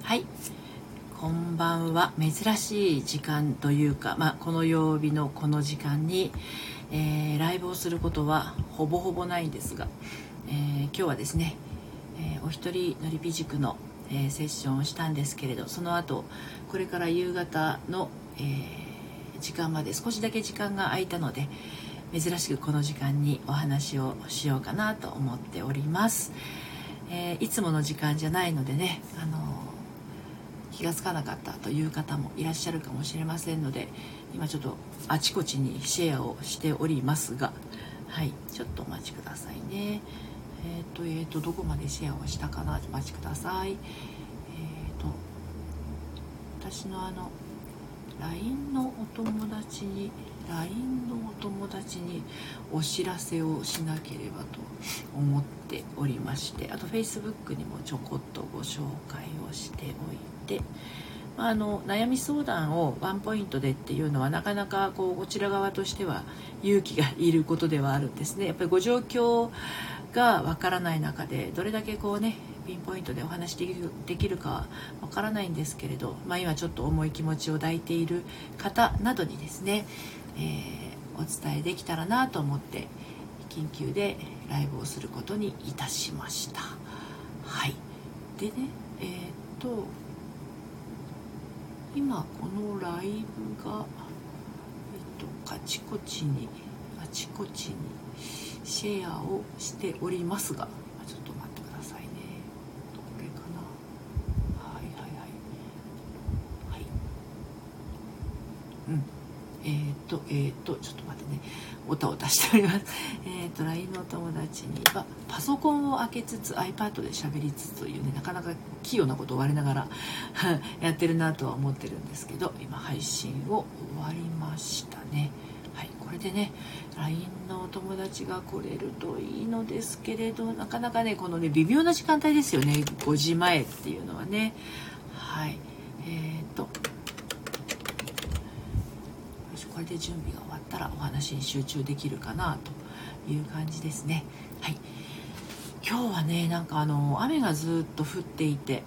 はい、こんばんは。珍しい時間というか、この曜日のこの時間に、ライブをすることはほぼほぼないんですが、今日はですね、お一人のりぴ塾の、セッションをしたんですけれど、その後これから夕方の、時間まで少しだけ時間が空いたので、珍しくこの時間にお話をしようかなと思っております。いつもの時間じゃないのでね、気がつかなかったという方もいらっしゃるかもしれませんので、今ちょっとあちこちにシェアをしておりますが、はい、ちょっとお待ちくださいね。どこまでシェアをしたかな、お待ちください。私のLINE のお友達にお知らせをしなければと思っておりまして、あと Facebook にもちょこっとご紹介をしておいて、悩み相談をワンポイントでっていうのはなかなかこちら側としては勇気がいることではあるんですね。やっぱりご状況がわからない中でどれだけピンポイントでお話できるかわからないんですけれど、今ちょっと重い気持ちを抱いている方などにですね、お伝えできたらなと思って緊急でライブをすることにいたしました。はい。でね、今このライブが、あちこちにシェアをしておりますが、ちょっと待ってくださいね。これかな。はいちょっと待ってね、おたおたしております。LINE のお友達にパソコンを開けつつ iPad で喋りつつというね、なかなか器用なことを我ながらやってるなとは思ってるんですけど、今配信を終わりましたね。はい、これでね LINE のお友達が来れるといいのですけれど、なかなかねこのね微妙な時間帯ですよね、5時前っていうのはね。はい、これで準備が終わったらお話に集中できるかなという感じですね。はい、今日はね雨がずっと降っていて、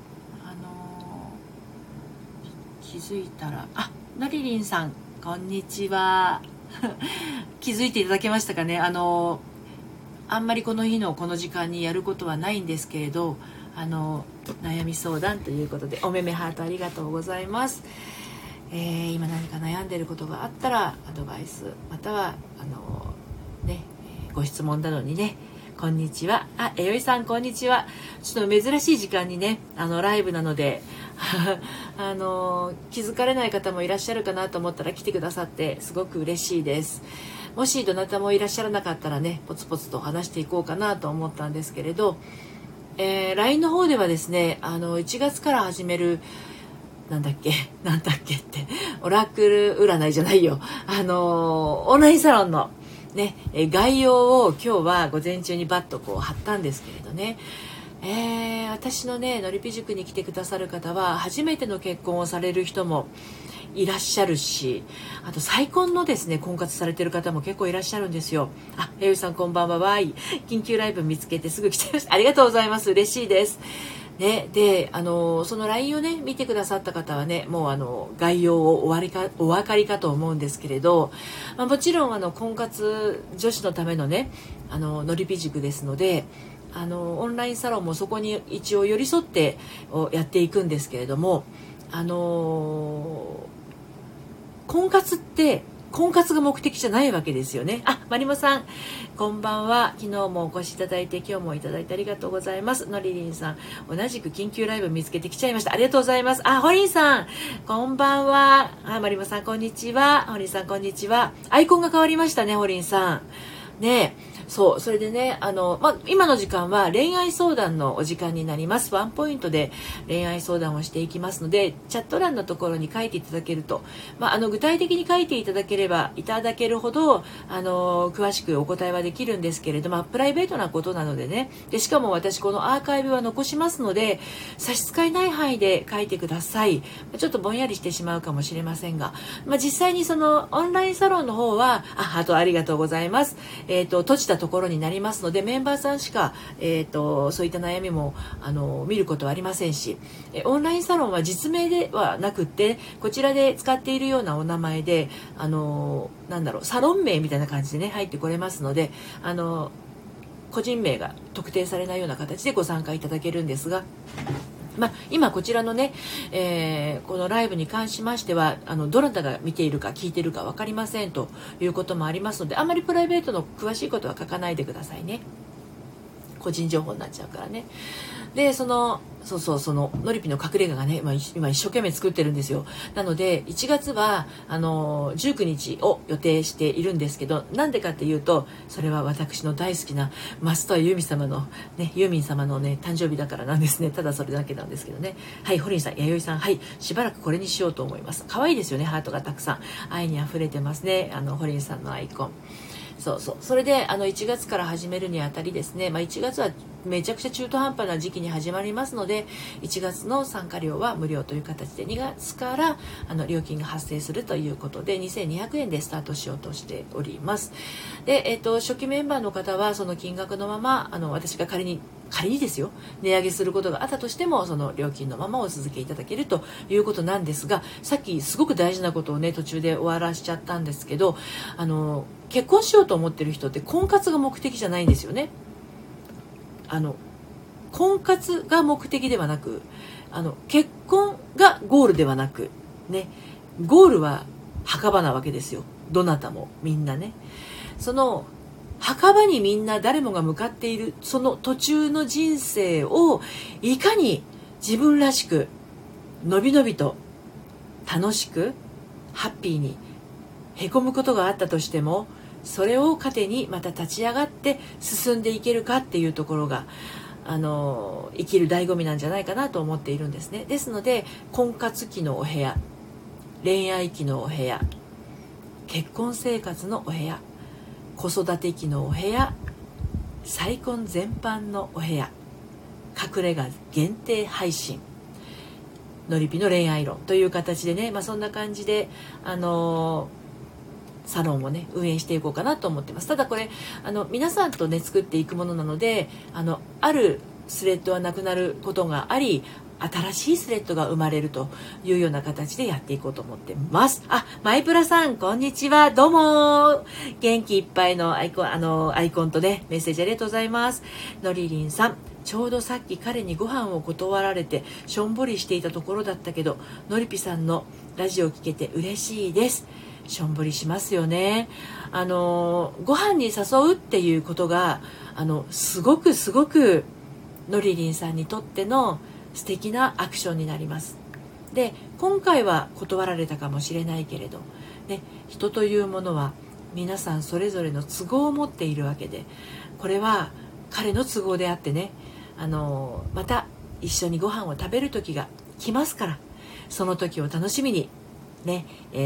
気づいたらのりりんさんこんにちは気づいていただけましたかね。あんまりこの日のこの時間にやることはないんですけれど、悩み相談ということでおめめハートありがとうございます。今何か悩んでいることがあったらアドバイスまたはご質問などにね、こんにちは。えよいさんこんにちは。ちょっと珍しい時間にねライブなので気づかれない方もいらっしゃるかなと思ったら来てくださってすごく嬉しいです。もしどなたもいらっしゃらなかったらねポツポツと話していこうかなと思ったんですけれど、LINE の方ではですね1月から始めるなんだっけってオラクル占いじゃないよ、オンラインサロンのね概要を今日は午前中にバッと貼ったんですけれどね、私のねのりぴ塾に来てくださる方は初めての結婚をされる人もいらっしゃるし、あと再婚のですね婚活されてる方も結構いらっしゃるんですよ。えゆさんこんばんは。緊急ライブ見つけてすぐ来ちゃいました。ありがとうございます。嬉しいですね。でその LINE をね見てくださった方はねもう概要をお分かりかと思うんですけれど、もちろん婚活女子のためのねのりぴ塾ですのでオンラインサロンもそこに一応寄り添ってやっていくんですけれども、婚活が目的じゃないわけですよね。マリモさんこんばんは。昨日もお越しいただいて今日もいただいてありがとうございます。のりりんさん同じく緊急ライブ見つけてきちゃいました。ありがとうございます。ホリンさんこんばんは。マリモさんこんにちは。ホリンさんこんにちは。アイコンが変わりましたね、ホリンさんね。それでね今の時間は恋愛相談のお時間になります。ワンポイントで恋愛相談をしていきますので、チャット欄のところに書いていただけると、具体的に書いていただければいただけるほど詳しくお答えはできるんですけれどプライベートなことなのでね、でしかも私このアーカイブは残しますので差し支えない範囲で書いてください。ちょっとぼんやりしてしまうかもしれませんが、実際にそのオンラインサロンの方はハートありがとうございます。閉じたところになりますので、メンバーさんしか、そういった悩みも見ることはありませんし、オンラインサロンは実名ではなくって、こちらで使っているようなお名前でサロン名みたいな感じでね入ってこれますので、個人名が特定されないような形でご参加いただけるんですが、今こちらのね、このライブに関しましてはどなたが見ているか聞いているか分かりませんということもありますので、あまりプライベートの詳しいことは書かないでくださいね。個人情報になっちゃうからね。でそののりぴの隠れ家がね、今一生懸命作ってるんですよ。なので1月は19日を予定しているんですけど、なんでかっていうと、それは私の大好きな増田由美様のね、ユーミン様のね誕生日だからなんですね。ただそれだけなんですけどね。はい、ホリンさん、弥生さん、はい、しばらくこれにしようと思います。可愛いですよね、ハートがたくさん愛にあふれてますね、ホリンさんのアイコン。それで1月から始めるにあたりですね、1月はめちゃくちゃ中途半端な時期に始まりますので、1月の参加料は無料という形で、2月から料金が発生するということで2200円でスタートしようとしております。で、初期メンバーの方はその金額のまま私が仮にですよ、値上げすることがあったとしてもその料金のままお続けいただけるということなんですが、さっきすごく大事なことをね途中で終わらしちゃったんですけど、結婚しようと思ってる人って婚活が目的じゃないんですよね。婚活が目的ではなく、結婚がゴールではなくね、ゴールは墓場なわけですよ。どなたもみんなね、その墓場にみんな誰もが向かっているその途中の人生をいかに自分らしくのびのびと楽しくハッピーに、へこむことがあったとしてもそれを糧にまた立ち上がって進んでいけるかっていうところが生きる醍醐味なんじゃないかなと思っているんですね。ですので婚活期のお部屋、恋愛期のお部屋、結婚生活のお部屋、子育て期のお部屋、再婚全般のお部屋、隠れ家限定配信、のりぴの恋愛論という形でね、そんな感じでサロンをね運営していこうかなと思ってます。ただこれ皆さんとね作っていくものなので、あるスレッドはなくなることがあり、新しいスレッドが生まれるというような形でやっていこうと思ってます。マイプラさんこんにちは、どうも元気いっぱいのアイコンとねメッセージありがとうございます。のりりんさん、ちょうどさっき彼にご飯を断られてしょんぼりしていたところだったけど、のりぴさんのラジオ聞けて嬉しいです。しょんぼりしますよね。ご飯に誘うっていうことがすごくのりりんさんにとっての素敵なアクションになります。で、今回は断られたかもしれないけれど、ね、人というものは皆さんそれぞれの都合を持っているわけで、これは彼の都合であってね、また一緒にご飯を食べる時が来ますから、その時を楽しみにね、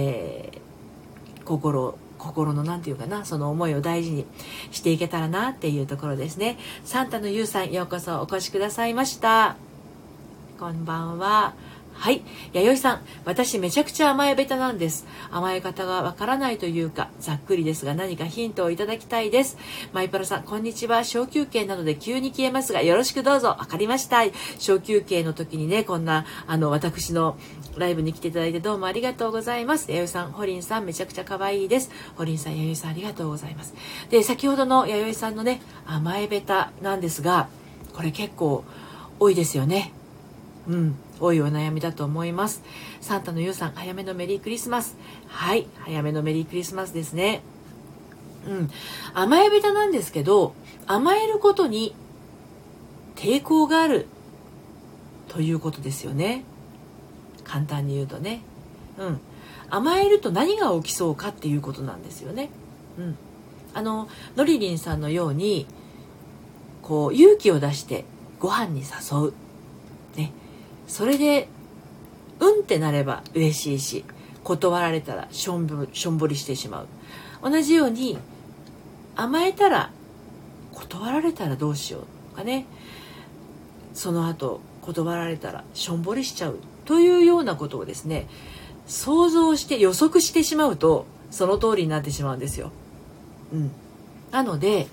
心のなんていうかな、その思いを大事にしていけたらなっていうところですね。サンタのゆうさん、ようこそお越しくださいました。こんばんは。はい、弥生さん、私めちゃくちゃ甘え下手なんです。甘え方がわからないというか、ざっくりですが何かヒントをいただきたいです。マイパラさん、こんにちは。小休憩なので急に消えますがよろしくどうぞ。わかりました。小休憩の時にね、こんな私のライブに来ていただいてどうもありがとうございます。弥生さん、ホリンさんめちゃくちゃ可愛いです。ホリンさん、弥生さんありがとうございます。で、先ほどの弥生さんのね、甘え下手なんですが、これ結構多いですよね。多いお悩みだと思います。サンタのゆうさん、早めのメリークリスマス。はい、早めのメリークリスマスですね。甘え下手なんですけど、甘えることに抵抗があるということですよね。簡単に言うとね、甘えると何が起きそうかっていうことなんですよね。のりりんさんのようにこう勇気を出してご飯に誘うね、それでってなれば嬉しいし、断られたらしょんぼりしてしまう。同じように甘えたら断られたらどうしようとかね、その後断られたらしょんぼりしちゃうというようなことをですね、想像して予測してしまうとその通りになってしまうんですよ。なので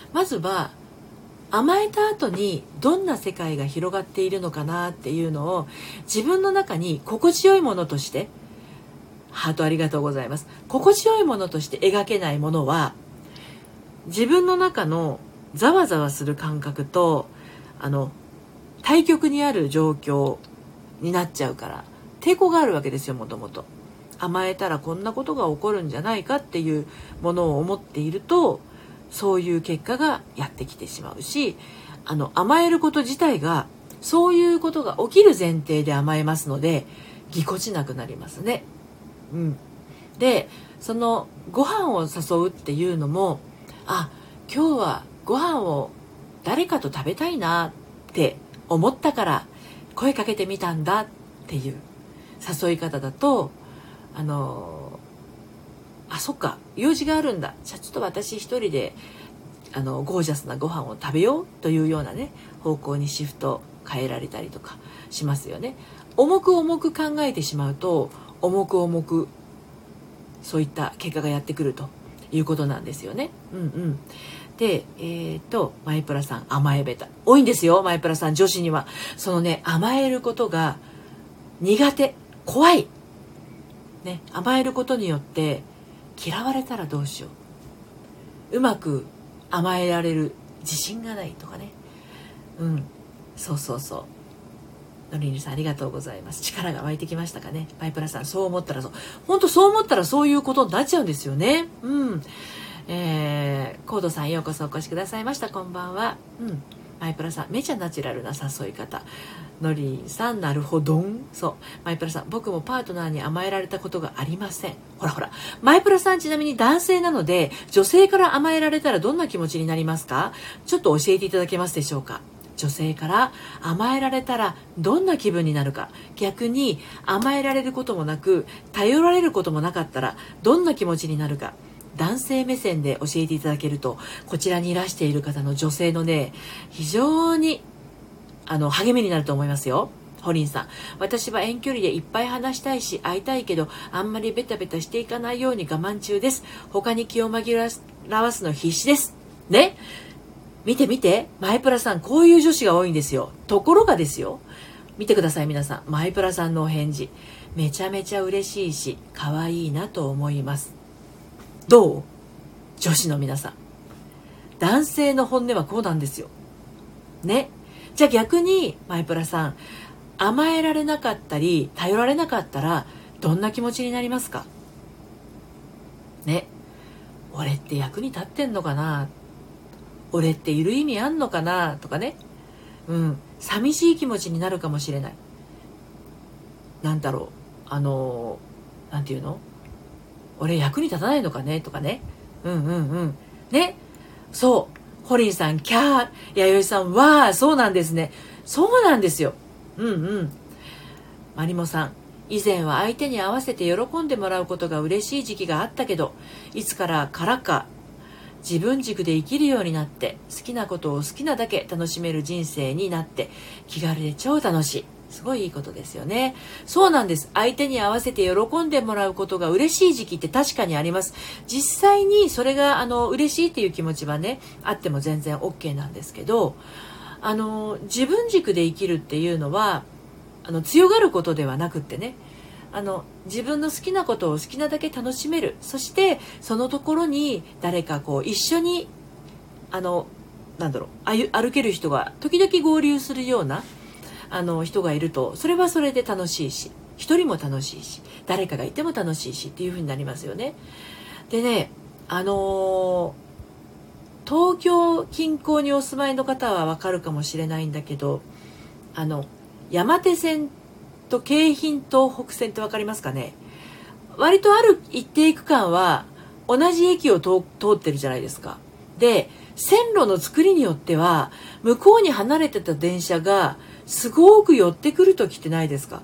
まずは甘えた後にどんな世界が広がっているのかなっていうのを自分の中に心地よいものとして、ハートありがとうございます。心地よいものとして描けないものは、自分の中のざわざわする感覚と対極にある状況になっちゃうから抵抗があるわけですよ。もともと甘えたらこんなことが起こるんじゃないかっていうものを思っていると、そういう結果がやってきてしまうし、甘えること自体がそういうことが起きる前提で甘えますので、ぎこちなくなりますね。で、そのご飯を誘うっていうのも、今日はご飯を誰かと食べたいなって思ったから声かけてみたんだっていう誘い方だと、そっか、用事があるんだ、じゃあちょっと私一人でゴージャスなご飯を食べようというようなね方向にシフト変えられたりとかしますよね。重く考えてしまうと重くそういった結果がやってくるということなんですよね。で、マイプラさん、甘えベタ多いんですよ。マイプラさん、女子にはそのね、甘えることが苦手、怖いね。甘えることによって嫌われたらどうしよう、うまく甘えられる自信がないとかね。そうのりにさん、ありがとうございます。力が湧いてきましたかね。マイプラさん、そう思ったら本当そう思ったらそういうことになっちゃうんですよね。コードさん、ようこそお越しくださいました。こんばんは。マイプラさん、めちゃナチュラルな誘い方。のりさん、なるほどん。そう、マイプラさん、僕もパートナーに甘えられたことがありません。ほらマイプラさん、ちなみに男性なので女性から甘えられたらどんな気持ちになりますか？ちょっと教えていただけますでしょうか？女性から甘えられたらどんな気分になるか、逆に甘えられることもなく頼られることもなかったらどんな気持ちになるか、男性目線で教えていただけると、こちらにいらしている方の女性のね、非常に励みになると思いますよ。ホリンさん、私は遠距離でいっぱい話したいし会いたいけど、あんまりベタベタしていかないように我慢中です。他に気を紛らわすの必死ですね。見てマイプラさん、こういう女子が多いんですよ。ところがですよ、見てください皆さん、マイプラさんのお返事めちゃめちゃ嬉しいし可愛いなと思います。どう？女子の皆さん、男性の本音はこうなんですよね。じゃあ逆にマイプラさん、甘えられなかったり頼られなかったらどんな気持ちになりますかね。俺って役に立ってんのかな、俺っている意味あんのかなとかね。寂しい気持ちになるかもしれない。なんだろう、なんていうの、俺役に立たないのかねとかね。ね。そう、ホリンさん、キャー、弥生さん、わー、そうなんですね。そうなんですよ。マリモさん、以前は相手に合わせて喜んでもらうことが嬉しい時期があったけど、いつからか自分軸で生きるようになって、好きなことを好きなだけ楽しめる人生になって、気軽で超楽しい。すごいいいことですよね。そうなんです。相手に合わせて喜んでもらうことが嬉しい時期って確かにあります。実際にそれが嬉しいっていう気持ちはね、あっても全然 OK なんですけど、自分軸で生きるっていうのは強がることではなくってね、自分の好きなことを好きなだけ楽しめる。そしてそのところに誰か一緒に歩ける人が時々合流するような人がいると、それはそれで楽しいし、一人も楽しいし、誰かがいても楽しいしっていう風になりますよね。でね、東京近郊にお住まいの方はわかるかもしれないんだけど、山手線と京浜東北線ってわかりますかね。割とある一定区間は同じ駅を通ってるじゃないですか。で、線路の作りによっては向こうに離れてた電車がすごく寄ってくる時ってないですか？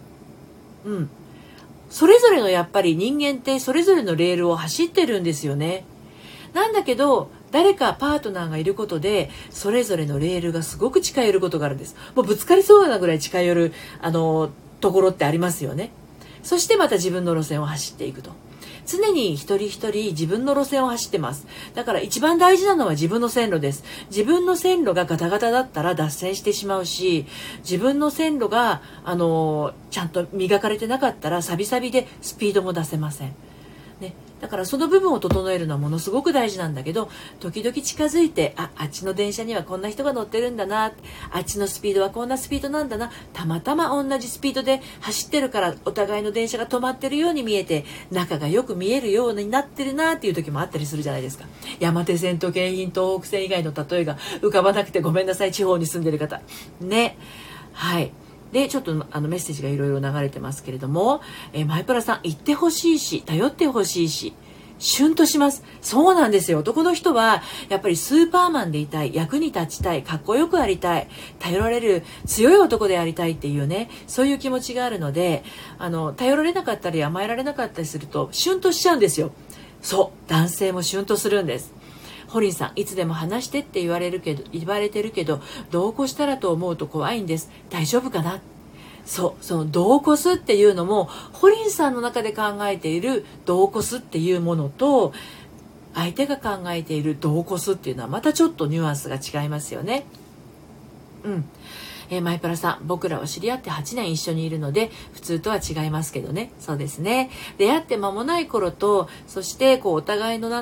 それぞれのやっぱり人間ってそれぞれのレールを走ってるんですよね。なんだけど誰かパートナーがいることでそれぞれのレールがすごく近寄ることがあるんです。もうぶつかりそうなぐらい近寄るところってありますよね。 そしてまた自分の路線を走っていくと。常に一人一人自分の路線を走ってます。だから一番大事なのは自分の線路です。自分の線路がガタガタだったら脱線してしまうし、自分の線路が、ちゃんと磨かれてなかったらサビサビでスピードも出せません。ね。だからその部分を整えるのはものすごく大事なんだけど、時々近づいて、あっちの電車にはこんな人が乗ってるんだな、あっちのスピードはこんなスピードなんだな、たまたま同じスピードで走ってるからお互いの電車が止まってるように見えて、仲がよく見えるようになってるなっていう時もあったりするじゃないですか。山手線と京浜東北線以外の例えが浮かばなくてごめんなさい、地方に住んでる方ね。はい。で、ちょっとメッセージがいろいろ流れてますけれども、マイプラさん、言ってほしいし、頼ってほしいし、シュンとします。そうなんですよ。男の人は、やっぱりスーパーマンでいたい、役に立ちたい、かっこよくありたい、頼られる強い男でありたいっていうね、そういう気持ちがあるので、頼られなかったり甘えられなかったりすると、シュンとしちゃうんですよ。そう、男性もシュンとするんです。ホリンさん、いつでも話してって言われてるけど、どうこしたらと思うと怖いんです。大丈夫かな？そう、そのどうこすっていうのも、ホリンさんの中で考えているどうこすっていうものと、相手が考えているどうこすっていうのはまたちょっとニュアンスが違いますよね。マイプラさん、僕らは知り合って8年一緒にいるので普通とは違いますけどね。そうですね。出会って間もない頃と、そしてお互いの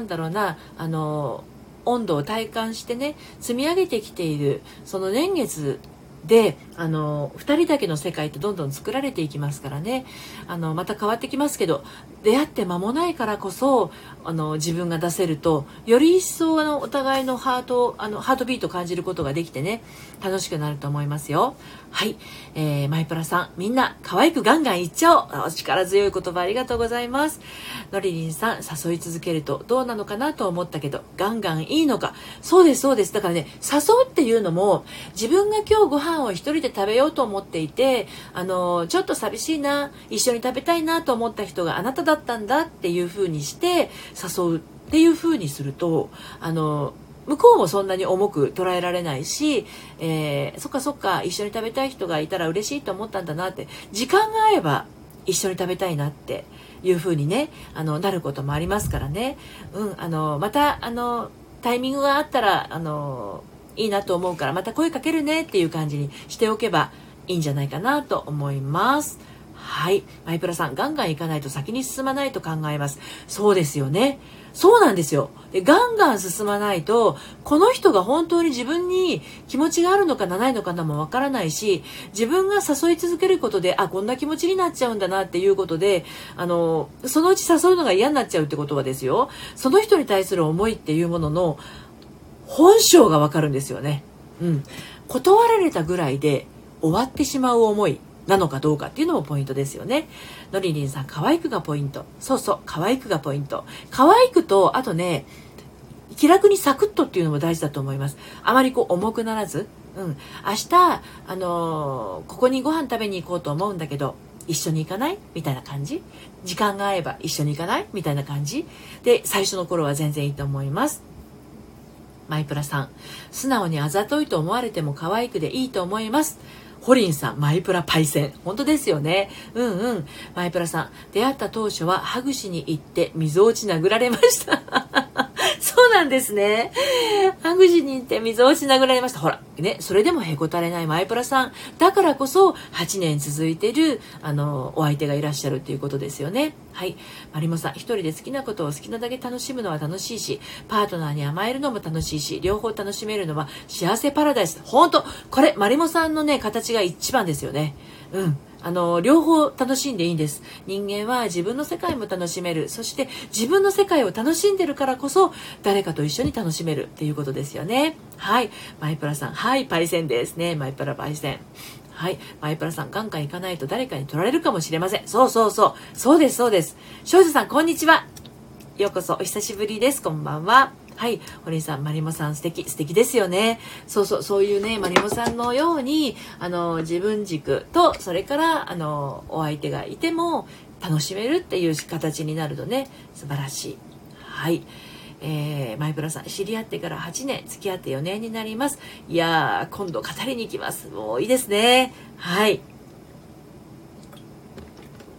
温度を体感してね、積み上げてきているその年月で2人だけの世界ってどんどん作られていきますからね。また変わってきますけど、出会って間もないからこそ自分が出せると、より一層お互いのハートビートを感じることができてね、楽しくなると思いますよ。はい、マイプラさん、みんな可愛くガンガンいっちゃおう。力強い言葉ありがとうございます。のりりんさん、誘い続けるとどうなのかなと思ったけど、ガンガンいいのか。そうですそうです。だからね、誘うっていうのも、自分が今日ご飯を一人で食べようと思っていて、ちょっと寂しいな、一緒に食べたいなと思った人があなただったんだっていう風にして誘うっていう風にすると、向こうもそんなに重く捉えられないし、そっかそっか、一緒に食べたい人がいたら嬉しいと思ったんだなって、時間が合えば一緒に食べたいなっていう風にね、なることもありますからね。またタイミングがあったらいいなと思うからまた声かけるねっていう感じにしておけばいいんじゃないかなと思います。はい、マイプラさん、ガンガン行かないと先に進まないと考えます。そうですよね。そうなんですよ。で、ガンガン進まないと、この人が本当に自分に気持ちがあるのかないのかもわからないし、自分が誘い続けることで、こんな気持ちになっちゃうんだなっていうことで、そのうち誘うのが嫌になっちゃうってことはですよ、その人に対する思いっていうものの本性がわかるんですよね。断られたぐらいで終わってしまう思いなのかどうかっていうのもポイントですよね。のりりんさん、可愛くがポイント。そうそう、可愛くがポイント。可愛くと、あとね、気楽にサクッとっていうのも大事だと思います。あまり重くならず、明日ここにご飯食べに行こうと思うんだけど一緒に行かないみたいな感じ。時間が合えば一緒に行かないみたいな感じで、最初の頃は全然いいと思います。マイプラさん、素直にあざといと思われても可愛くでいいと思います。ホリンさん、マイプラパイセン。本当ですよね。マイプラさん、出会った当初はハグしに行って溝落ち殴られました。そうなんですね。ハグしに行って溝落ち殴られました。ほら、ね、それでもへこたれないマイプラさん。だからこそ、8年続いてる、お相手がいらっしゃるっていうことですよね。はい。マリモさん、一人で好きなことを好きなだけ楽しむのは楽しいし、パートナーに甘えるのも楽しいし、両方楽しめるのは幸せパラダイス。本当これ、マリモさんのね、形が一番ですよね。両方楽しんでいいんです。人間は自分の世界も楽しめる。そして自分の世界を楽しんでるからこそ誰かと一緒に楽しめるっていうことですよね。はい。マイプラさん。はい。パイセンですね。マイプラパイセン。はい。マイプラさん、ガンガン行かないと誰かに取られるかもしれません。そうそうそう。そうです、そうです。少女さん、こんにちは。ようこそ、お久しぶりです。こんばんは。はい。堀さん、マリモさん、素敵ですよね。そういうね、マリモさんのように、自分軸と、それから、お相手がいても、楽しめるっていう形になるとね、素晴らしい。はい。マイプラさん、知り合ってから8年、付き合って4年になります。いやー、今度語りに行きます。もういいですね。はい。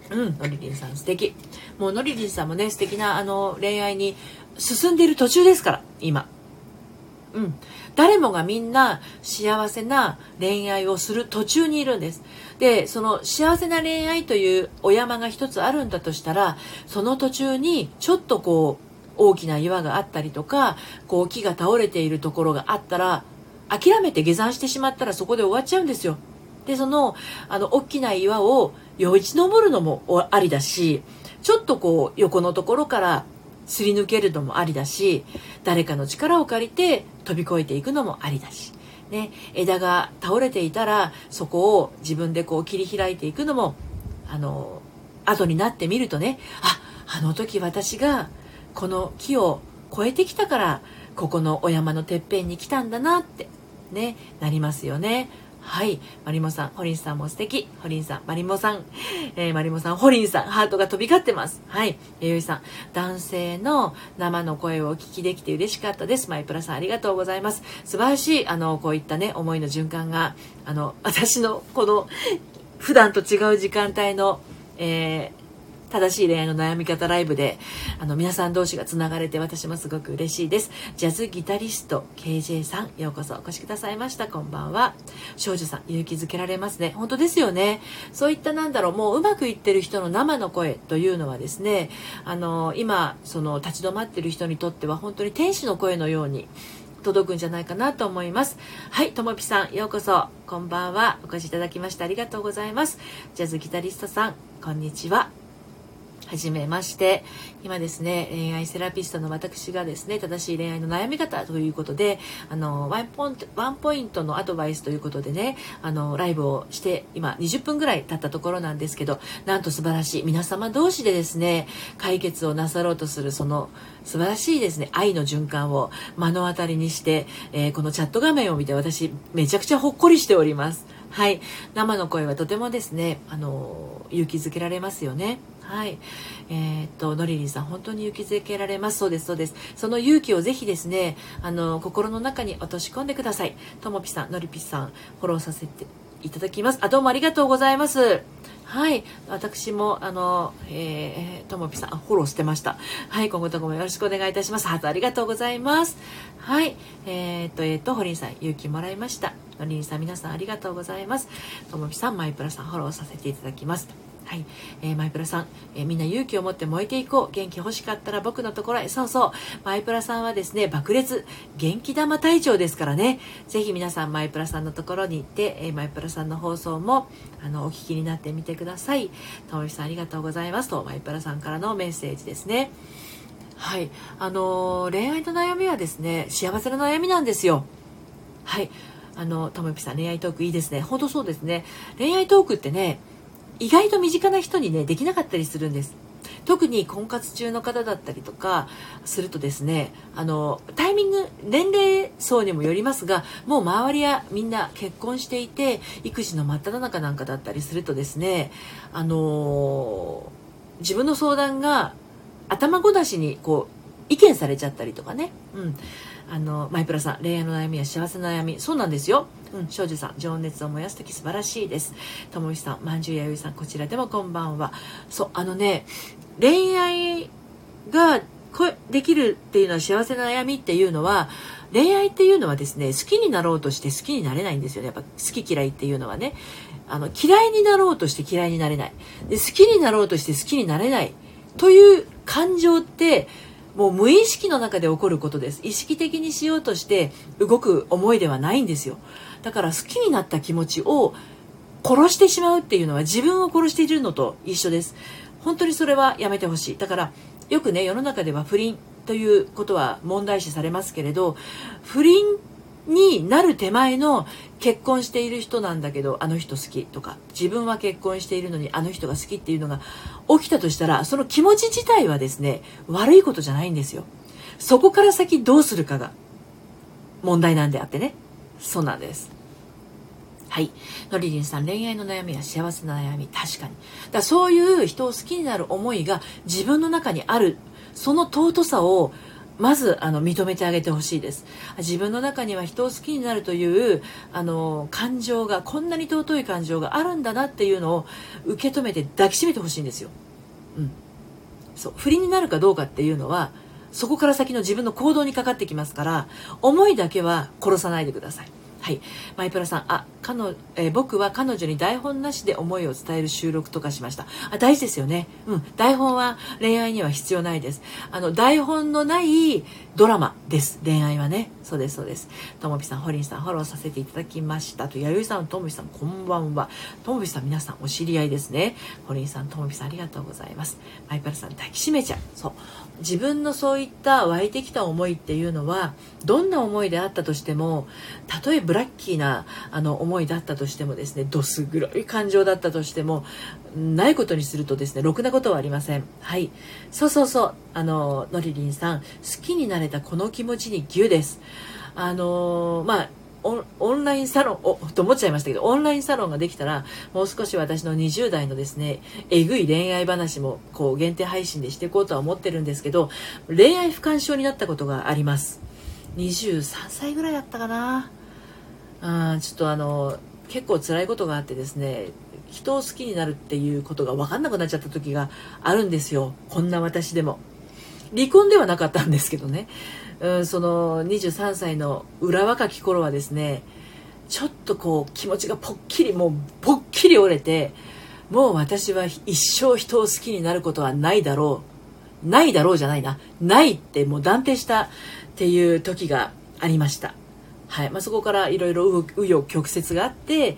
のりりんさん素敵。もうのりりんさんもね、素敵な恋愛に進んでいる途中ですから今。誰もがみんな幸せな恋愛をする途中にいるんです。で、その幸せな恋愛というお山が一つあるんだとしたら、その途中にちょっとこう大きな岩があったりとか、こう木が倒れているところがあったら、諦めて下山してしまったらそこで終わっちゃうんですよ。で、その大きな岩をよ一登るのもありだし、ちょっとこう横のところからすり抜けるのもありだし、誰かの力を借りて飛び越えていくのもありだし、ね、枝が倒れていたらそこを自分でこう切り開いていくのも後になってみるとね、あの時私がこの木を越えてきたからここのお山のてっぺんに来たんだなってね、なりますよね。はい、マリモさん、ホリンさんも素敵。ホリンさん、マリモさん、マリモさん、ホリンさん、ハートが飛び交ってます。はい、ゆいさん、男性の生の声をお聞きできて嬉しかったです。マイプラさん、ありがとうございます。素晴らしい、こういったね、思いの循環が、私のこの普段と違う時間帯の、正しい恋愛の悩み方ライブで皆さん同士がつながれて私もすごく嬉しいです。ジャズギタリスト KJ さん、ようこそお越しくださいました。こんばんは。少女さん、勇気づけられますね。本当ですよね。そういったもううまくいってる人の生の声というのはですね、今その立ち止まってる人にとっては本当に天使の声のように届くんじゃないかなと思います。はい、ともぴさん、ようこそ。こんばんは。お越しいただきましてありがとうございます。ジャズギタリストさん、こんにちは。はじめまして。今ですね、恋愛セラピストの私がですね、正しい恋愛の悩み方ということで、ワンポイントのアドバイスということでね、ライブをして今20分ぐらい経ったところなんですけど、なんと素晴らしい皆様同士でですね、解決をなさろうとするその素晴らしいですね、愛の循環を目の当たりにして、このチャット画面を見て私めちゃくちゃほっこりしております。はい、生の声はとてもですね、勇気づけられますよね。はい、のりりんさん、本当に勇気づけられます。そうです、そうです。その勇気をぜひですね、心の中に落とし込んでください。ともぴさん、のりぴさん、フォローさせていただきます。どうもありがとうございます。はい、私もともぴさんフォローしてました。はい、今後ともよろしくお願いいたします。ハートありがとうございます。はい、ホリンさん、勇気もらいました。のりりんさん、皆さんありがとうございます。ともぴさん、マイプラさん、フォローさせていただきます。はい、マイプラさん、みんな勇気を持って燃えていこう。元気欲しかったら僕のところへ。そうそう、マイプラさんはですね、爆裂元気玉隊長ですからね。ぜひ皆さんマイプラさんのところに行って、マイプラさんの放送もお聞きになってみてください。ともみさん、ありがとうございますとマイプラさんからのメッセージですね。はい、恋愛の悩みはですね、幸せな悩みなんですよ。はい、ともみさん、恋愛トークいいですね。本当そうですね。恋愛トークってね、意外と身近な人にねできなかったりするんです。特に婚活中の方だったりとかするとですね、タイミング、年齢層にもよりますが、もう周りはみんな結婚していて育児の真っ只中なんかだったりするとですね、自分の相談が頭ごなしにこう意見されちゃったりとかね、マイプラさん、恋愛の悩みや幸せの悩み、そうなんですよ。少女さん、情熱を燃やすとき素晴らしいです。ともみさん、まんじゅうやゆいさん、こちらでもこんばんは。そう、恋愛ができるっていうのは幸せな悩みっていうのは、恋愛っていうのはですね、好きになろうとして好きになれないんですよね。やっぱ好き嫌いっていうのはね、嫌いになろうとして嫌いになれない。で、好きになろうとして好きになれないという感情って、もう無意識の中で起こることです。意識的にしようとして動く思いではないんですよ。だから好きになった気持ちを殺してしまうっていうのは自分を殺しているのと一緒です。本当にそれはやめてほしい。だからよくね、世の中では不倫ということは問題視されますけれど、不倫になる手前の結婚している人なんだけどあの人好きとか、自分は結婚しているのにあの人が好きっていうのが起きたとしたら、その気持ち自体はですね、悪いことじゃないんですよ。そこから先どうするかが問題なんであってね。そうなんです。はい、のりりんさん、恋愛の悩みは幸せな悩み、確かに。そういう人を好きになる思いが自分の中にある、その尊さをまず認めてあげてほしいです。自分の中には人を好きになるという感情が、こんなに尊い感情があるんだなっていうのを受け止めて抱きしめてほしいんですよ。そう、不倫になるかどうかっていうのはそこから先の自分の行動にかかってきますから、思いだけは殺さないでください。はい。マイプラさん、僕は彼女に台本なしで思いを伝える収録とかしました。大事ですよね。台本は恋愛には必要ないです。台本のないドラマです。恋愛はね。そうです、そうです。ともぴさん、ホリンさん、フォローさせていただきました。と、やゆいさん、ともぴさん、こんばんは。ともぴさん、皆さん、お知り合いですね。ホリンさん、ともぴさん、ありがとうございます。マイプラさん、抱きしめちゃう。そう。自分のそういった湧いてきた思いっていうのは、どんな思いであったとしても、たとえブラッキーな思いだったとしてもですね、どす黒い感情だったとしても、ないことにするとですね、ろくなことはありません。はい。そうそうそう。のりりんさん、好きになれたこの気持ちにギュです。オンラインサロンと思っちゃいましたけど、オンラインサロンができたらもう少し私の20代のですね、えぐい恋愛話もこう限定配信でしていこうとは思ってるんですけど、恋愛不干渉になったことがあります。23歳ぐらいだったかな。ちょっと結構辛いことがあってですね、人を好きになるっていうことが分かんなくなっちゃった時があるんですよ。こんな私でも。離婚ではなかったんですけどね。その23歳の裏若き頃はですね、ちょっとこう気持ちがぽっきり折れて、もう私は一生人を好きになることはないだろうじゃないな、ないってもう断定したっていう時がありました。はい。そこからいろいろ紆余曲折があって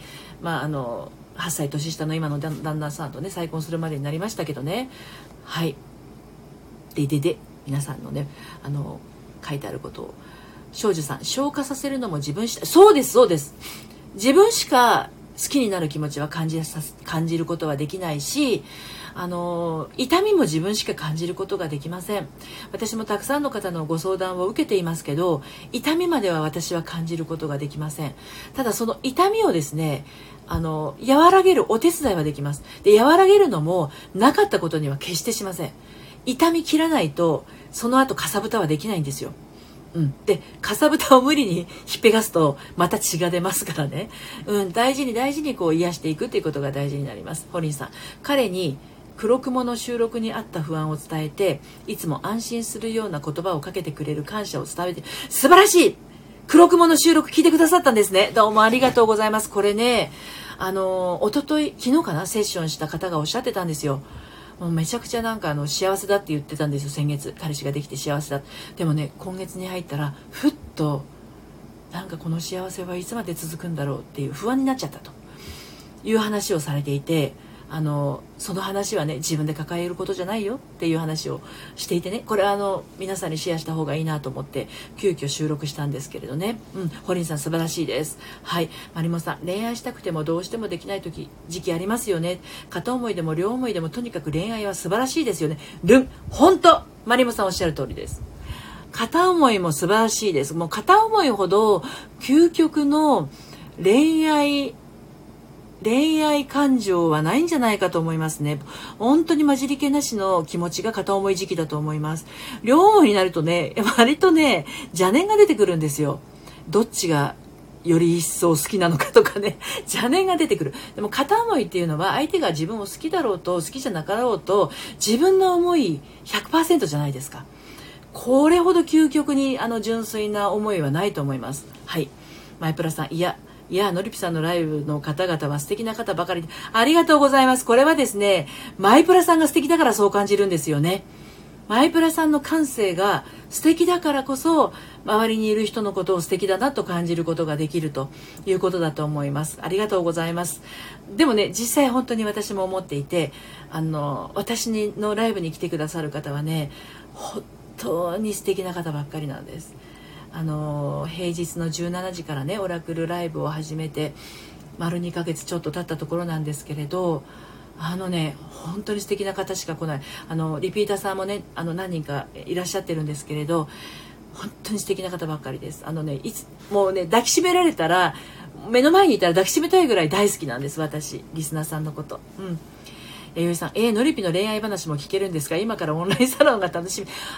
、8歳年下の今の旦那さんとね再婚するまでになりましたけどね。はい。で皆さんのね書いてあることを、庄司さん、消化させるのも自分し、そうですそうです。自分しか好きになる気持ちは感じることはできないし、痛みも自分しか感じることができません。私もたくさんの方のご相談を受けていますけど、痛みまでは私は感じることができません。ただその痛みをですね、和らげるお手伝いはできます。で、和らげるのもなかったことには決してしません。痛み切らないとその後かさぶたはできないんですよ。で、かさぶたを無理にひっぺがすとまた血が出ますからね。大事にこう癒していくっていうことが大事になります。ホリンさん、彼に黒雲の収録にあった不安を伝えて、いつも安心するような言葉をかけてくれる感謝を伝えて、素晴らしい。黒雲の収録聞いてくださったんですね。どうもありがとうございます。これね、昨日かな、セッションした方がおっしゃってたんですよ。もうめちゃくちゃ幸せだって言ってたんですよ。先月彼氏ができて幸せだ。でもね、今月に入ったらふっとこの幸せはいつまで続くんだろうっていう不安になっちゃったという話をされていて、その話はね、自分で抱えることじゃないよっていう話をしていてね、これは皆さんにシェアした方がいいなと思って急遽収録したんですけれどね。ホリンさん素晴らしいです。はい。マリモさん、恋愛したくてもどうしてもできない時期ありますよね。片思いでも両思いでもとにかく恋愛は素晴らしいですよね。本当マリモさんおっしゃる通りです。片思いも素晴らしいです。もう片思いほど究極の恋愛感情はないんじゃないかと思いますね。本当に混じり気なしの気持ちが片思い時期だと思います。両思いになるとね、割とね、邪念が出てくるんですよ。どっちがより一層好きなのかとかね、邪念が出てくる。でも片思いっていうのは、相手が自分を好きだろうと好きじゃなかろうと、自分の思い 100% じゃないですか。これほど究極に純粋な思いはないと思います。はい。マイプラさん、いや、のりぴさんのライブの方々は素敵な方ばかりで、ありがとうございます。これはですね、マイプラさんが素敵だからそう感じるんですよね。マイプラさんの感性が素敵だからこそ、周りにいる人のことを素敵だなと感じることができるということだと思います。ありがとうございます。でもね、実際本当に私も思っていて、私のライブに来てくださる方はね、本当に素敵な方ばっかりなんです。平日の17時からね、オラクルライブを始めて丸2ヶ月ちょっと経ったところなんですけれど、本当に素敵な方しか来ない。リピーターさんもね、何人かいらっしゃってるんですけれど、本当に素敵な方ばっかりです。もうね、抱きしめられたら、目の前にいたら抱きしめたいぐらい大好きなんです、私、リスナーさんのこと。ゆいさん、のりぴの恋愛話も聞けるんですか？今からオンラインサロンが楽しみ。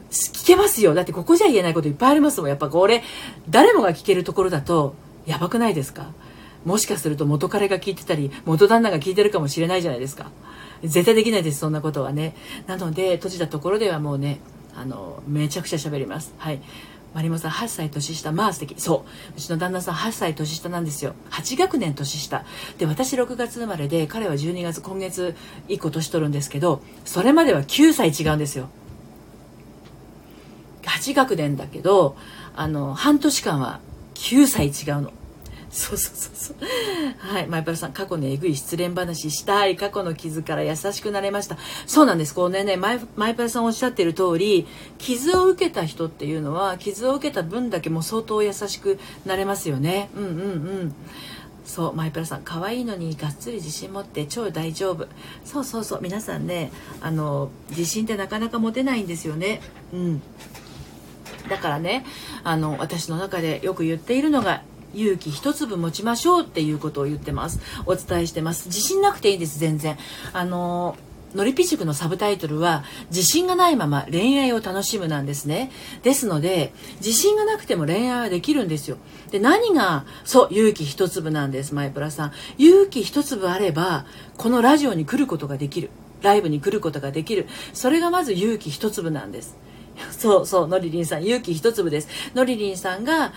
聞けますよ。だってここじゃ言えないこといっぱいありますもん。やっぱこれ誰もが聞けるところだとやばくないですか？もしかすると元彼が聞いてたり元旦那が聞いてるかもしれないじゃないですか。絶対できないです、そんなことはね。なので閉じたところではもうね、めちゃくちゃ喋ります。はい。マリモさん8歳年下、まあ素敵。そう、うちの旦那さん8歳年下なんですよ。8学年年下で、私6月生まれで彼は12月、今月1個年取るんですけど、それまでは9歳違うんですよ。8学年だけど半年間は9歳違うの。そうそうそうそう。はい、マイパラさん、過去のえぐい失恋話したい。過去の傷から優しくなれました。そうなんです。こうね、マイパラさんおっしゃっている通り、傷を受けた人っていうのは傷を受けた分だけもう相当優しくなれますよね。うんうんうん。そう、マイパラさん、可愛いのにがっつり自信持って超大丈夫。そうそうそう。皆さんね、自信ってなかなか持てないんですよね。うん。だからね、私の中でよく言っているのが、勇気一粒持ちましょうっていうことを言ってます。お伝えしてます。自信なくていいです、全然。のりぴ塾のサブタイトルは自信がないまま恋愛を楽しむなんですね。ですので自信がなくても恋愛はできるんですよ。で、何がそう勇気一粒なんです。マイプラさん、勇気一粒あればこのラジオに来ることができる、ライブに来ることができる。それがまず勇気一粒なんです。そうそう、のりりんさん、勇気一粒です。のりりんさんが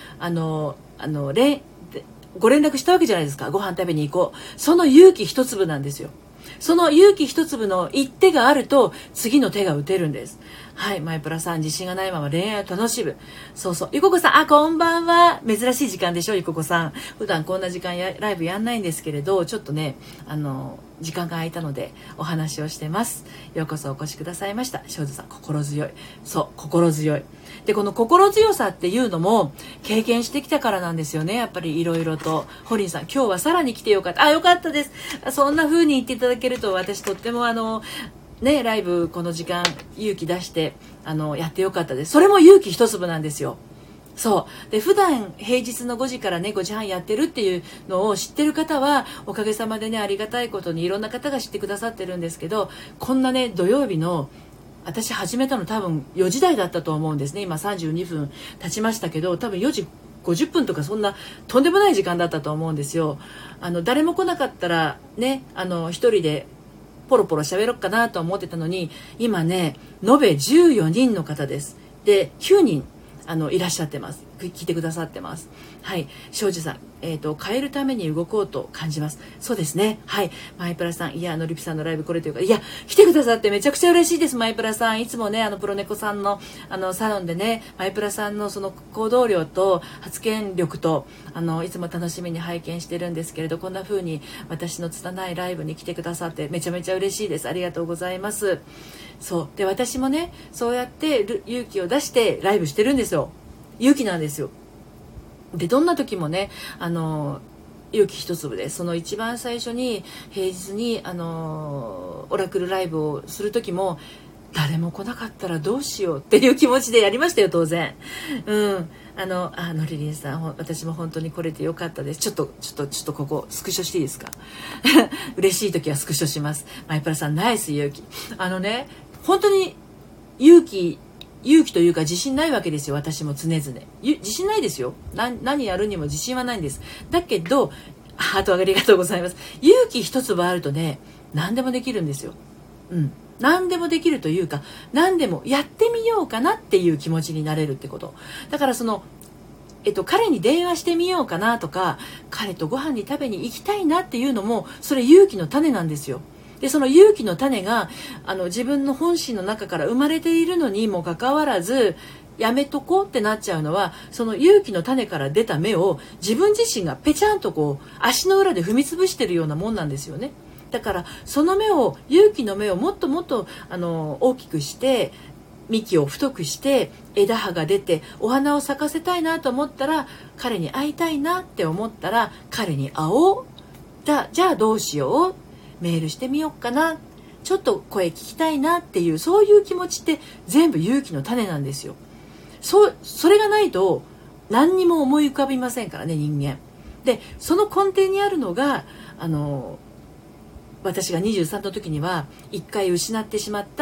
ご連絡したわけじゃないですか。ご飯食べに行こう。その勇気一粒なんですよ。その勇気一粒の一手があると次の手が打てるんです。はい、マイプラさん、自信がないまま恋愛を楽しむ。そうそう、ゆここさん、こんばんは。珍しい時間でしょ、ゆここさん。普段こんな時間ライブやんないんですけれど、ちょっとね、時間が空いたのでお話をしてます。ようこそお越しくださいました。庄司さん、心強い。そう、心強い。で、この心強さっていうのも経験してきたからなんですよね。やっぱりいろいろと。ホリンさん、今日はさらに来てよかった。よかったです。そんな風に言っていただけると、私とってもね、ライブこの時間勇気出してやってよかったです。それも勇気一粒なんですよ。そうで、普段平日の5時からね5時半やってるっていうのを知ってる方はおかげさまでね、ありがたいことにいろんな方が知ってくださってるんですけど、こんなね土曜日の私始めたの多分4時台だったと思うんですね。今32分経ちましたけど、多分4時50分とかそんなとんでもない時間だったと思うんですよ。誰も来なかったらね、一人でポロポロ喋ろうかなと思ってたのに、今ね延べ14人の方です。で、9人いらっしゃってます。聞いてくださってます。はい、庄司さん、変えるために動こうと感じます。そうですね。はい、マイプラさん、いや、のりぴさんのライブこれというか、いや、来てくださってめちゃくちゃ嬉しいです。マイプラさん、いつもね、プロネコさんのサロンでね、マイプラさんのその行動量と発言力といつも楽しみに拝見してるんですけれど、こんな風に私の拙いライブに来てくださってめちゃめちゃ嬉しいです。ありがとうございます。そうで、私もねそうやって勇気を出してライブしてるんですよ。勇気なんですよ。で、どんな時もね勇気一粒です。その一番最初に平日にオラクルライブをする時も誰も来なかったらどうしようっていう気持ちでやりましたよ、当然。のりりんさん、私も本当に来れてよかったです。ちょっとここスクショしていいですか？嬉しい時はスクショします。マイプラさん、ナイス勇気。本当に勇気というか自信ないわけですよ。私も常々自信ないですよ。何やるにも自信はないんです。だけどハートありがとうございます。勇気一粒あるとね、何でもできるんですよ。何でもできるというか、何でもやってみようかなっていう気持ちになれるってこと。だから彼に電話してみようかなとか、彼とご飯に食べに行きたいなっていうのも、それ勇気の種なんですよ。で、その勇気の種が自分の本心の中から生まれているのにもかかわらず、やめとこうってなっちゃうのは、その勇気の種から出た芽を自分自身がペチャンとこう足の裏で踏み潰してるようなもんなんですよね。だからその勇気の芽をもっともっと大きくして、幹を太くして枝葉が出てお花を咲かせたいなと思ったら、彼に会いたいなって思ったら彼に会おう。じゃあどうしよう、メールしてみようかな、ちょっと声聞きたいなっていう、そういう気持ちって全部勇気の種なんですよ。それがないと何にも思い浮かびませんからね、人間で。その根底にあるのが私が23の時には1回失ってしまった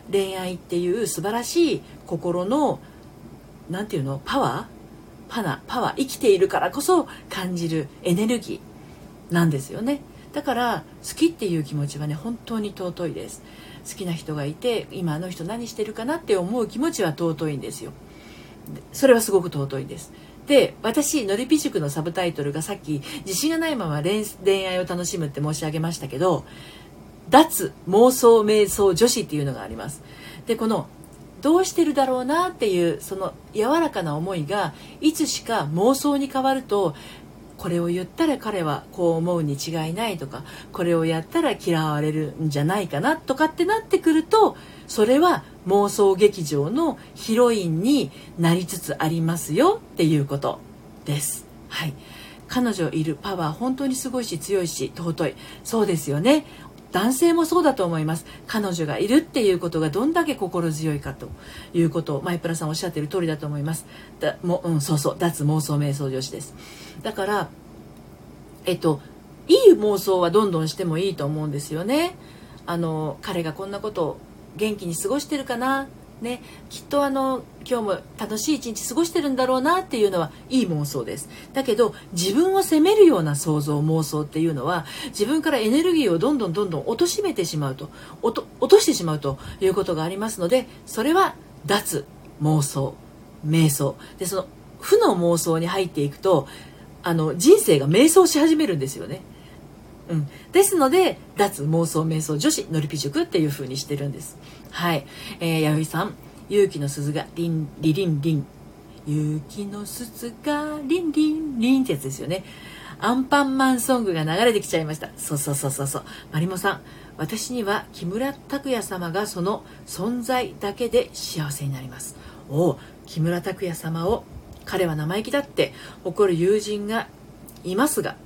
恋愛っていう素晴らしい心のなんていうの、パワー、生きているからこそ感じるエネルギーなんですよね。だから好きっていう気持ちはね、本当に尊いです。好きな人がいて、今あの人何してるかなって思う気持ちは尊いんですよ。それはすごく尊いです。で、私のりぴ塾のサブタイトルが、さっき自信がないまま恋愛を楽しむって申し上げましたけど、脱妄想瞑想女子っていうのがあります。で、このどうしてるだろうなっていうその柔らかな思いがいつしか妄想に変わると、これを言ったら彼はこう思うに違いないとか、これをやったら嫌われるんじゃないかなとかってなってくると、それは妄想劇場のヒロインになりつつありますよっていうことです。はい。彼女いるパワー本当にすごいし強いし尊い。そうですよね。男性もそうだと思います。彼女がいるっていうことがどんだけ心強いかということをマイプラさんおっしゃっている通りだと思います。そうそう、脱妄想瞑想女子です。だからいい妄想はどんどんしてもいいと思うんですよね。彼がこんなことを元気に過ごしてるかな、ね、きっと今日も楽しい一日過ごしてるんだろうなっていうのはいい妄想です。だけど自分を責めるような想像妄想っていうのは、自分からエネルギーをどんどん貶めてしまうと、落としてしまうということがありますので、それは脱妄想瞑想で、その負の妄想に入っていくと人生が迷走し始めるんですよね。ですので脱妄想瞑想女子のりぴ塾っていう風にしてるんです。はい。弥生さん、勇気の鈴がリンリリンリン、勇気の鈴がリンリンリンってやつですよね。アンパンマンソングが流れてきちゃいました。そう。マリモさん、私には木村拓哉様がその存在だけで幸せになります。木村拓哉様を彼は生意気だって怒る友人がいますが、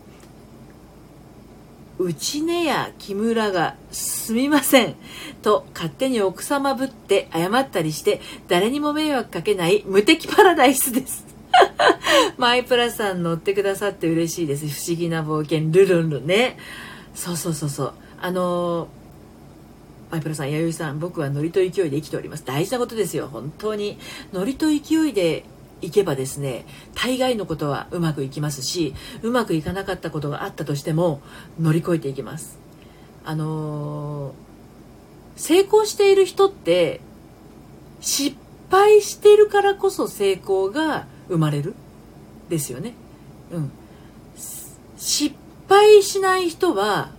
うちねや木村がすみませんと勝手に奥様ぶって謝ったりして誰にも迷惑かけない無敵パラダイスですマイプラさん乗ってくださって嬉しいです。不思議な冒険ルルンルね。そうマイプラさん、弥生さん、僕はノリと勢いで生きております。大事なことですよ。本当にノリと勢いでいけばですね、大概のことはうまくいきますし、うまくいかなかったことがあったとしても乗り越えていきます。成功している人って失敗しているからこそ成功が生まれるですよね。失敗しない人は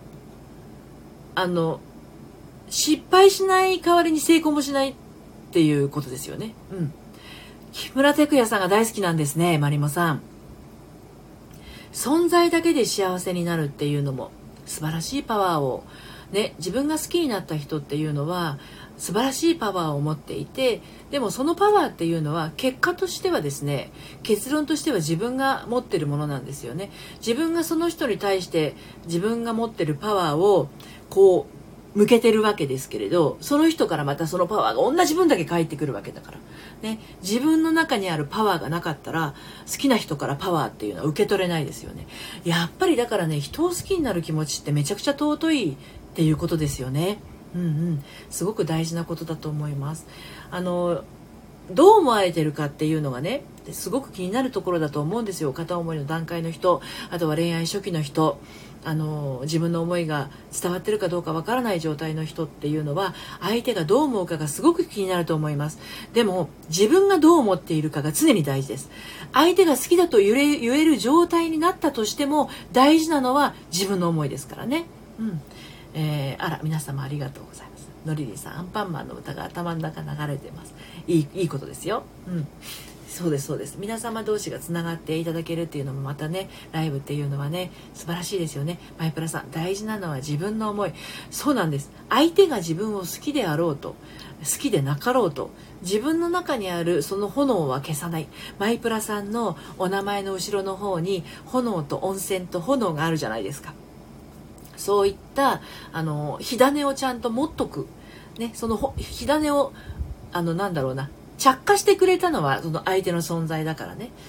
失敗しない代わりに成功もしないっていうことですよね。木村拓哉さんが大好きなんですね、マリモさん。存在だけで幸せになるっていうのも素晴らしいパワーをね、自分が好きになった人っていうのは素晴らしいパワーを持っていて、でもそのパワーっていうのは結果としてはですね、結論としては自分が持ってるものなんですよね。自分がその人に対して自分が持ってるパワーをこう向けてるわけですけれど、その人からまたそのパワーが同じ分だけ返ってくるわけだからね。自分の中にあるパワーがなかったら好きな人からパワーっていうのは受け取れないですよね。やっぱりだからね、人を好きになる気持ちってめちゃくちゃ尊いっていうことですよね。すごく大事なことだと思います。どう思われてるかっていうのがね、すごく気になるところだと思うんですよ。片思いの段階の人、あとは恋愛初期の人、自分の思いが伝わってるかどうかわからない状態の人っていうのは、相手がどう思うかがすごく気になると思います。でも自分がどう思っているかが常に大事です。相手が好きだと言える状態になったとしても大事なのは自分の思いですからね。あら、皆様ありがとうございます。のりりさん、アンパンマンの歌が頭の中流れてます。いいことですよ。そうです。皆様同士がつながっていただけるっていうのもまたね、ライブっていうのはね、素晴らしいですよね。マイプラさん、大事なのは自分の思い。そうなんです。相手が自分を好きであろうと、好きでなかろうと、自分の中にあるその炎は消さない。マイプラさんのお名前の後ろの方に炎と温泉と炎があるじゃないですか。そういった火種をちゃんと持っとく、ね、その火種を着火してくれたのはその相手の存在だからね。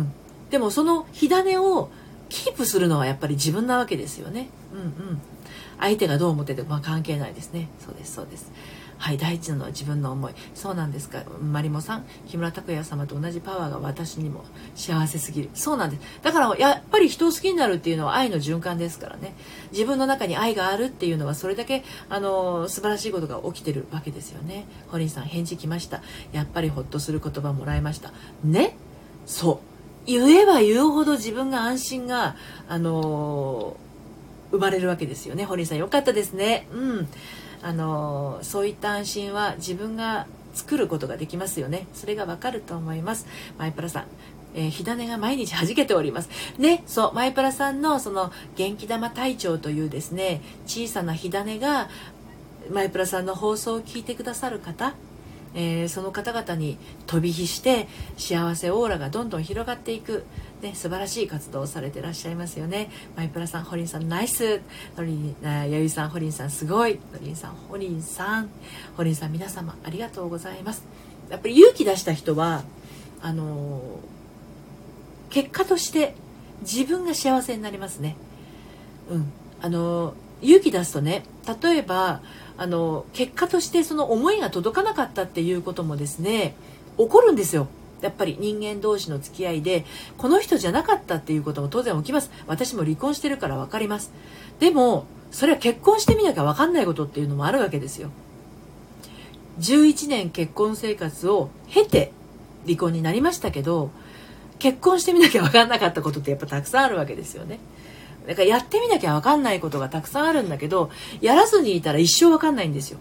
でもその火種をキープするのはやっぱり自分なわけですよね。 相手がどう思ってても関係ないですね。そうですそうです。はい、第一なのは自分の思い。そうなんですか。マリモさん、木村拓哉様と同じパワーが私にも幸せすぎる。そうなんです。だからやっぱり人を好きになるっていうのは愛の循環ですからね。自分の中に愛があるっていうのはそれだけ素晴らしいことが起きてるわけですよね。ホリンさん、返事来ました。やっぱりほっとする言葉もらいましたね。そう言えば言うほど自分が安心が生まれるわけですよね。ホリンさん、よかったですね。そういった安心は自分が作ることができますよね。それがわかると思います。マイプラさん、火種が毎日弾けておりますね。そう、マイプラさんのその元気玉隊長というですね、小さな火種がマイプラさんの放送を聞いてくださる方、その方々に飛び火して幸せオーラがどんどん広がっていく、ね、素晴らしい活動をされていらっしゃいますよね。マイプラさん、ホリンさんナイス、やゆいさん、ホリンさんすごい、ホリンさん、ホリンさん、ホリンさん、皆様ありがとうございます。やっぱり勇気出した人は結果として自分が幸せになりますね。勇気出すとね、例えば結果としてその思いが届かなかったっていうこともですね、起こるんですよ。やっぱり人間同士の付き合いでこの人じゃなかったっていうことも当然起きます。私も離婚してるから分かります。でもそれは結婚してみなきゃ分かんないことっていうのもあるわけですよ。11年結婚生活を経て離婚になりましたけど、結婚してみなきゃ分かんなかったことってやっぱたくさんあるわけですよね。だからやってみなきゃ分かんないことがたくさんあるんだけど、やらずにいたら一生分かんないんですよ。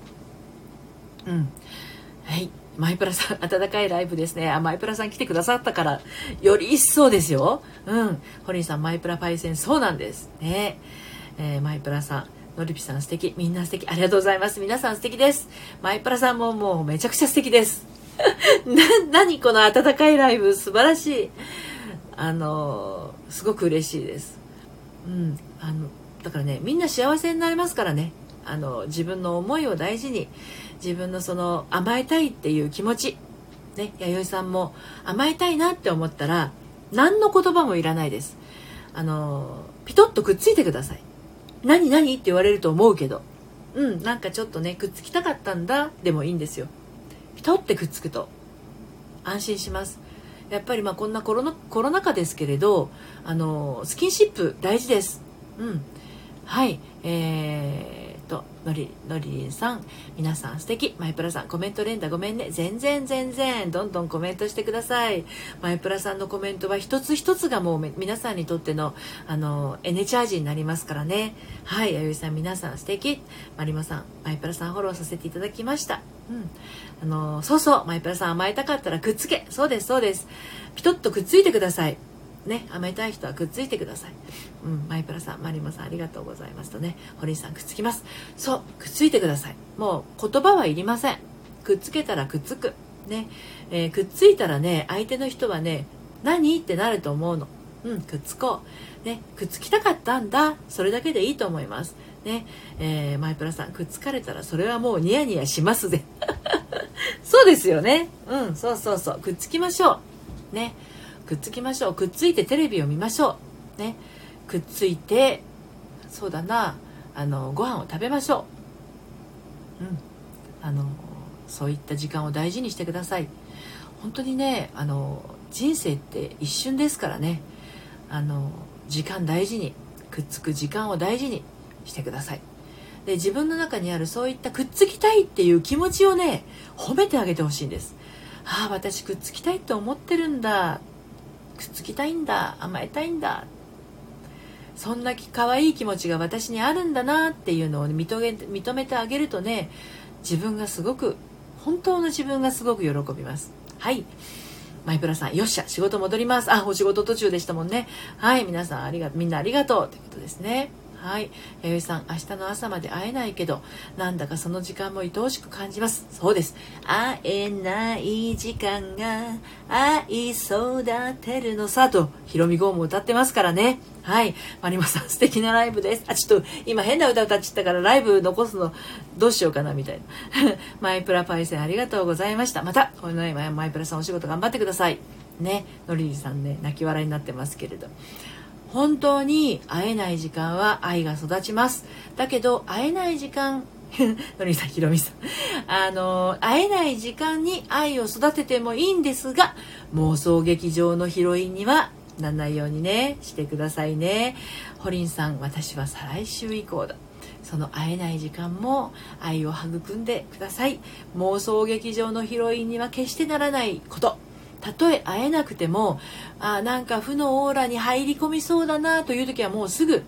はい、マイプラさん、温かいライブですね。マイプラさん来てくださったからより一層ですよ。ホリンさん、マイプラパイセン、そうなんですね。マイプラさん、ノリピさん素敵、みんな素敵、ありがとうございます。皆さん素敵です。マイプラさんももうめちゃくちゃ素敵です何この温かいライブ、素晴らしい。すごく嬉しいです。だからね、みんな幸せになれますからね。自分の思いを大事に、自分のその甘えたいっていう気持ちね、弥生さんも甘えたいなって思ったら何の言葉もいらないです。ピトッとくっついてください。何って言われると思うけど、なんかちょっとね、くっつきたかったんだでもいいんですよ。ピトってくっつくと安心します。やっぱりこんなコロナ禍ですけれど、スキンシップ大事です。はい、のりりんさん、皆さん素敵。マイプラさん、コメント連打ごめんね。全然どんどんコメントしてください。マイプラさんのコメントは一つ一つがもう皆さんにとってのエネチャージになりますからね。はい、やゆいさん、皆さん素敵。マリモさん、マイプラさんフォローさせていただきました。そうマイプラさん、甘えたかったらくっつけ。そうですピトッとくっついてくださいね。甘えたい人はくっついてください。マイプラさん、マリモさんありがとうございますとね、堀井さんくっつきます。そう、くっついてください。もう言葉はいりません。くっつけたらくっつくね。くっついたらね、相手の人はね、何ってなると思うの。くっつこうね。くっつきたかったんだ、それだけでいいと思いますね。マイプラさん、くっつかれたらそれはもうニヤニヤしますぜそうですよね。そうくっつきましょうね。くっつきましょう。くっついてテレビを見ましょうね。くっついて、そうだな、ご飯を食べましょう。そういった時間を大事にしてください。本当にね、人生って一瞬ですからね。時間大事に、くっつく時間を大事にしてください。で、自分の中にあるそういったくっつきたいっていう気持ちをね、褒めてあげてほしいんです。私くっつきたいって思ってるんだ、くっつきたいんだ、甘えたいんだ、そんな可愛い気持ちが私にあるんだなっていうのを認めてあげるとね、本当の自分がすごく喜びます。はい、マイプラさん、よっしゃ仕事戻ります。お仕事途中でしたもんね。はい、皆さんみんなありがとうということですね。はい、弥生さん、明日の朝まで会えないけどなんだかその時間も愛おしく感じます。そうです、会えない時間が愛育てるのさとひろみ号も歌ってますからね。はい、マリモさん素敵なライブです。ちょっと今変な歌歌っちゃったからライブ残すのどうしようかなみたいなマイプラパイセンありがとうございました。またこのようにマイプラさんお仕事頑張ってくださいね。のりりさんね、泣き笑いになってますけれど、 本当に会えない時間は愛が育ちます。だけど会えない時間のりさん、ひろみさん会えない時間に愛を育ててもいいんですが、妄想劇場のヒロインにはなんないようにねしてくださいね。ホリンさん、私は再来週以降だ。その会えない時間も愛を育んでください。妄想劇場のヒロインには決してならないこと、たとえ会えなくてもなんか負のオーラに入り込みそうだなという時はもうすぐ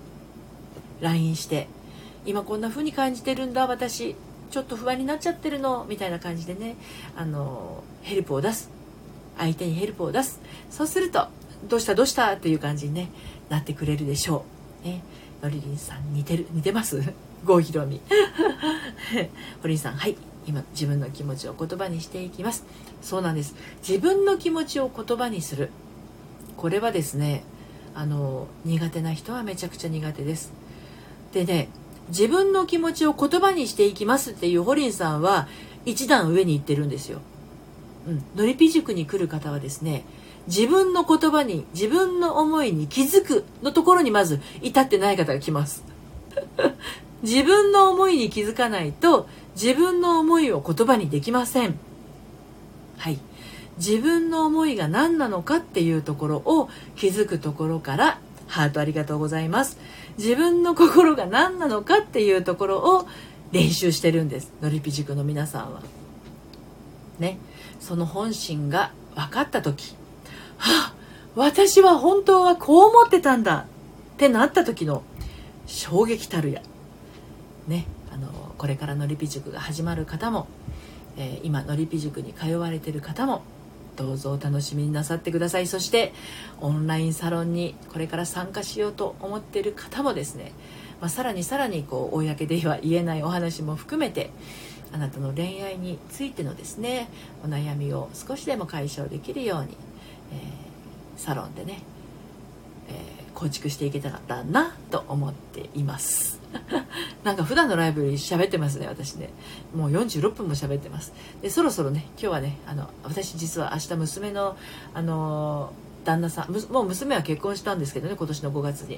LINE して、今こんな風に感じてるんだ、私ちょっと不安になっちゃってるのみたいな感じでね、ヘルプを出す、相手にヘルプを出す。そうするとどうしたっていう感じに、ね、なってくれるでしょう、ね、のりりんさん似てます郷ひろみホリンさん、はい、今自分の気持ちを言葉にしていきます。そうなんです。自分の気持ちを言葉にする、これはですね苦手な人はめちゃくちゃ苦手です。でね、自分の気持ちを言葉にしていきますっていうホリンさんは一段上に行ってるんですよ。のりぴ塾に来る方はですね、自分の言葉に、自分の思いに気づくのところにまず至ってない方が来ます自分の思いに気づかないと自分の思いを言葉にできません。はい、自分の思いが何なのかっていうところを気づくところから、ハートありがとうございます。自分の心が何なのかっていうところを練習してるんです、のりぴ塾の皆さんはね。その本心が分かった時、私は本当はこう思ってたんだってなった時の衝撃たるやね。これからのりぴ塾が始まる方も、今のりぴ塾に通われている方もどうぞお楽しみになさってください。そしてオンラインサロンにこれから参加しようと思っている方もですね、さらにこう公では言えないお話も含めて、あなたの恋愛についてのですねお悩みを少しでも解消できるように、サロンでね、構築していけたらなと思っていますなんか普段のライブより喋ってますね、私ね。もう46分も喋ってます。でそろそろね、今日はね私実は明日娘の旦那さん、もう娘は結婚したんですけどね、今年の5月に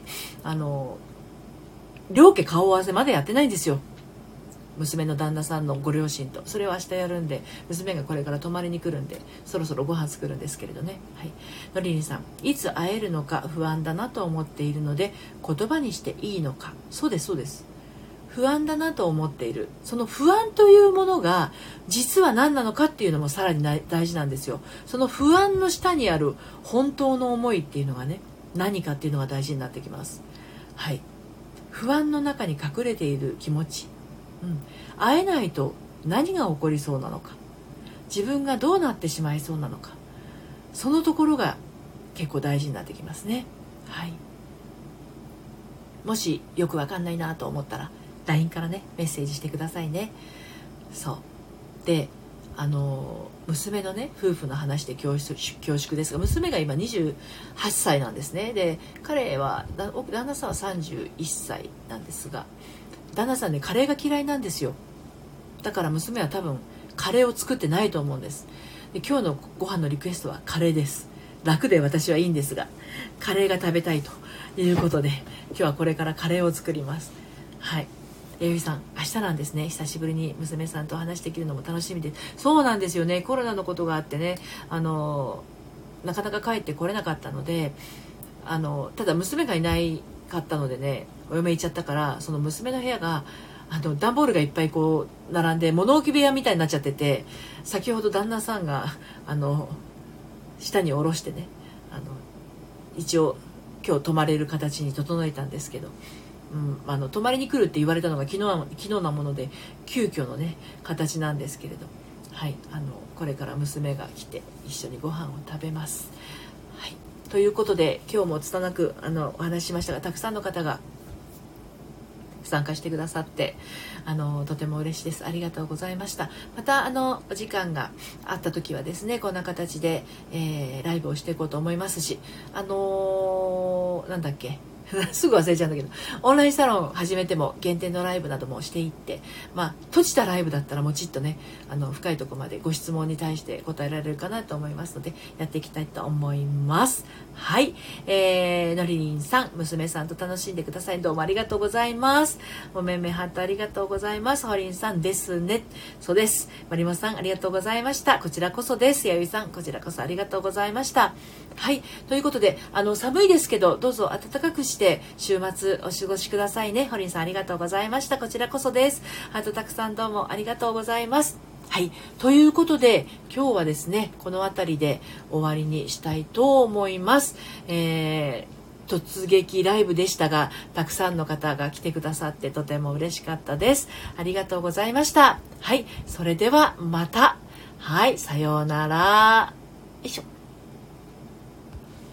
両家顔合わせまでやってないんですよ、娘の旦那さんのご両親と。それを明日やるんで、娘がこれから泊まりに来るんで、そろそろご飯作るんですけれどね。はい、のりりんさん、いつ会えるのか不安だなと思っているので言葉にしていいのか。そうですそうです、不安だなと思っている、その不安というものが実は何なのかっていうのもさらに大事なんですよ。その不安の下にある本当の思いっていうのがね、何かっていうのが大事になってきます。はい、不安の中に隠れている気持ち、会えないと何が起こりそうなのか、自分がどうなってしまいそうなのか、そのところが結構大事になってきますね。はい、もしよくわかんないなと思ったら LINE からねメッセージしてくださいね。そうで、娘のね夫婦の話で恐縮ですが、娘が今28歳なんですね。で彼は旦那さんは31歳なんですが、旦那さんねカレーが嫌いなんですよ。だから娘は多分カレーを作ってないと思うんです。で今日のご飯のリクエストはカレーです。楽で私はいいんですが、カレーが食べたいということで今日はこれからカレーを作ります。はい、ゆいさん、明日なんですね。久しぶりに娘さんと話できるのも楽しみです。そうなんですよね、コロナのことがあってね、なかなか帰ってこれなかったので、ただ娘がいないかったのでね、お嫁行っちゃったから、その娘の部屋が段ボールがいっぱいこう並んで物置部屋みたいになっちゃってて、先ほど旦那さんが下に下ろしてね、一応今日泊まれる形に整えたんですけど、泊まりに来るって言われたのが昨日なもので急遽のね形なんですけれど、はい、これから娘が来て一緒にご飯を食べます。はい、ということで今日も拙くお話ししましたが、たくさんの方が参加してくださってとても嬉しいです。ありがとうございました。またお時間があった時はですね、こんな形で、ライブをしていこうと思いますし、なんだっけ、 すぐ忘れちゃうんだけど、オンラインサロン始めても限定のライブなどもしていって、閉じたライブだったらもちっとね、深いところまでご質問に対して答えられるかなと思いますので、やっていきたいと思います。はい、のりりんさん、娘さんと楽しんでください。どうもありがとうございます。おめめハートありがとうございます。ほりんさんですね。そうです。まりもさんありがとうございました。こちらこそです。やゆさん、こちらこそありがとうございました。はい、ということで、寒いですけど、どうぞ暖かくして週末お過ごしくださいね。ほりんさんありがとうございました。こちらこそです。ハートたくさんどうもありがとうございます。はい、ということで今日はですね、この辺りで終わりにしたいと思います。突撃ライブでしたが、たくさんの方が来てくださってとても嬉しかったです。ありがとうございました。はい、それではまた。はい、さようなら。よいしょ。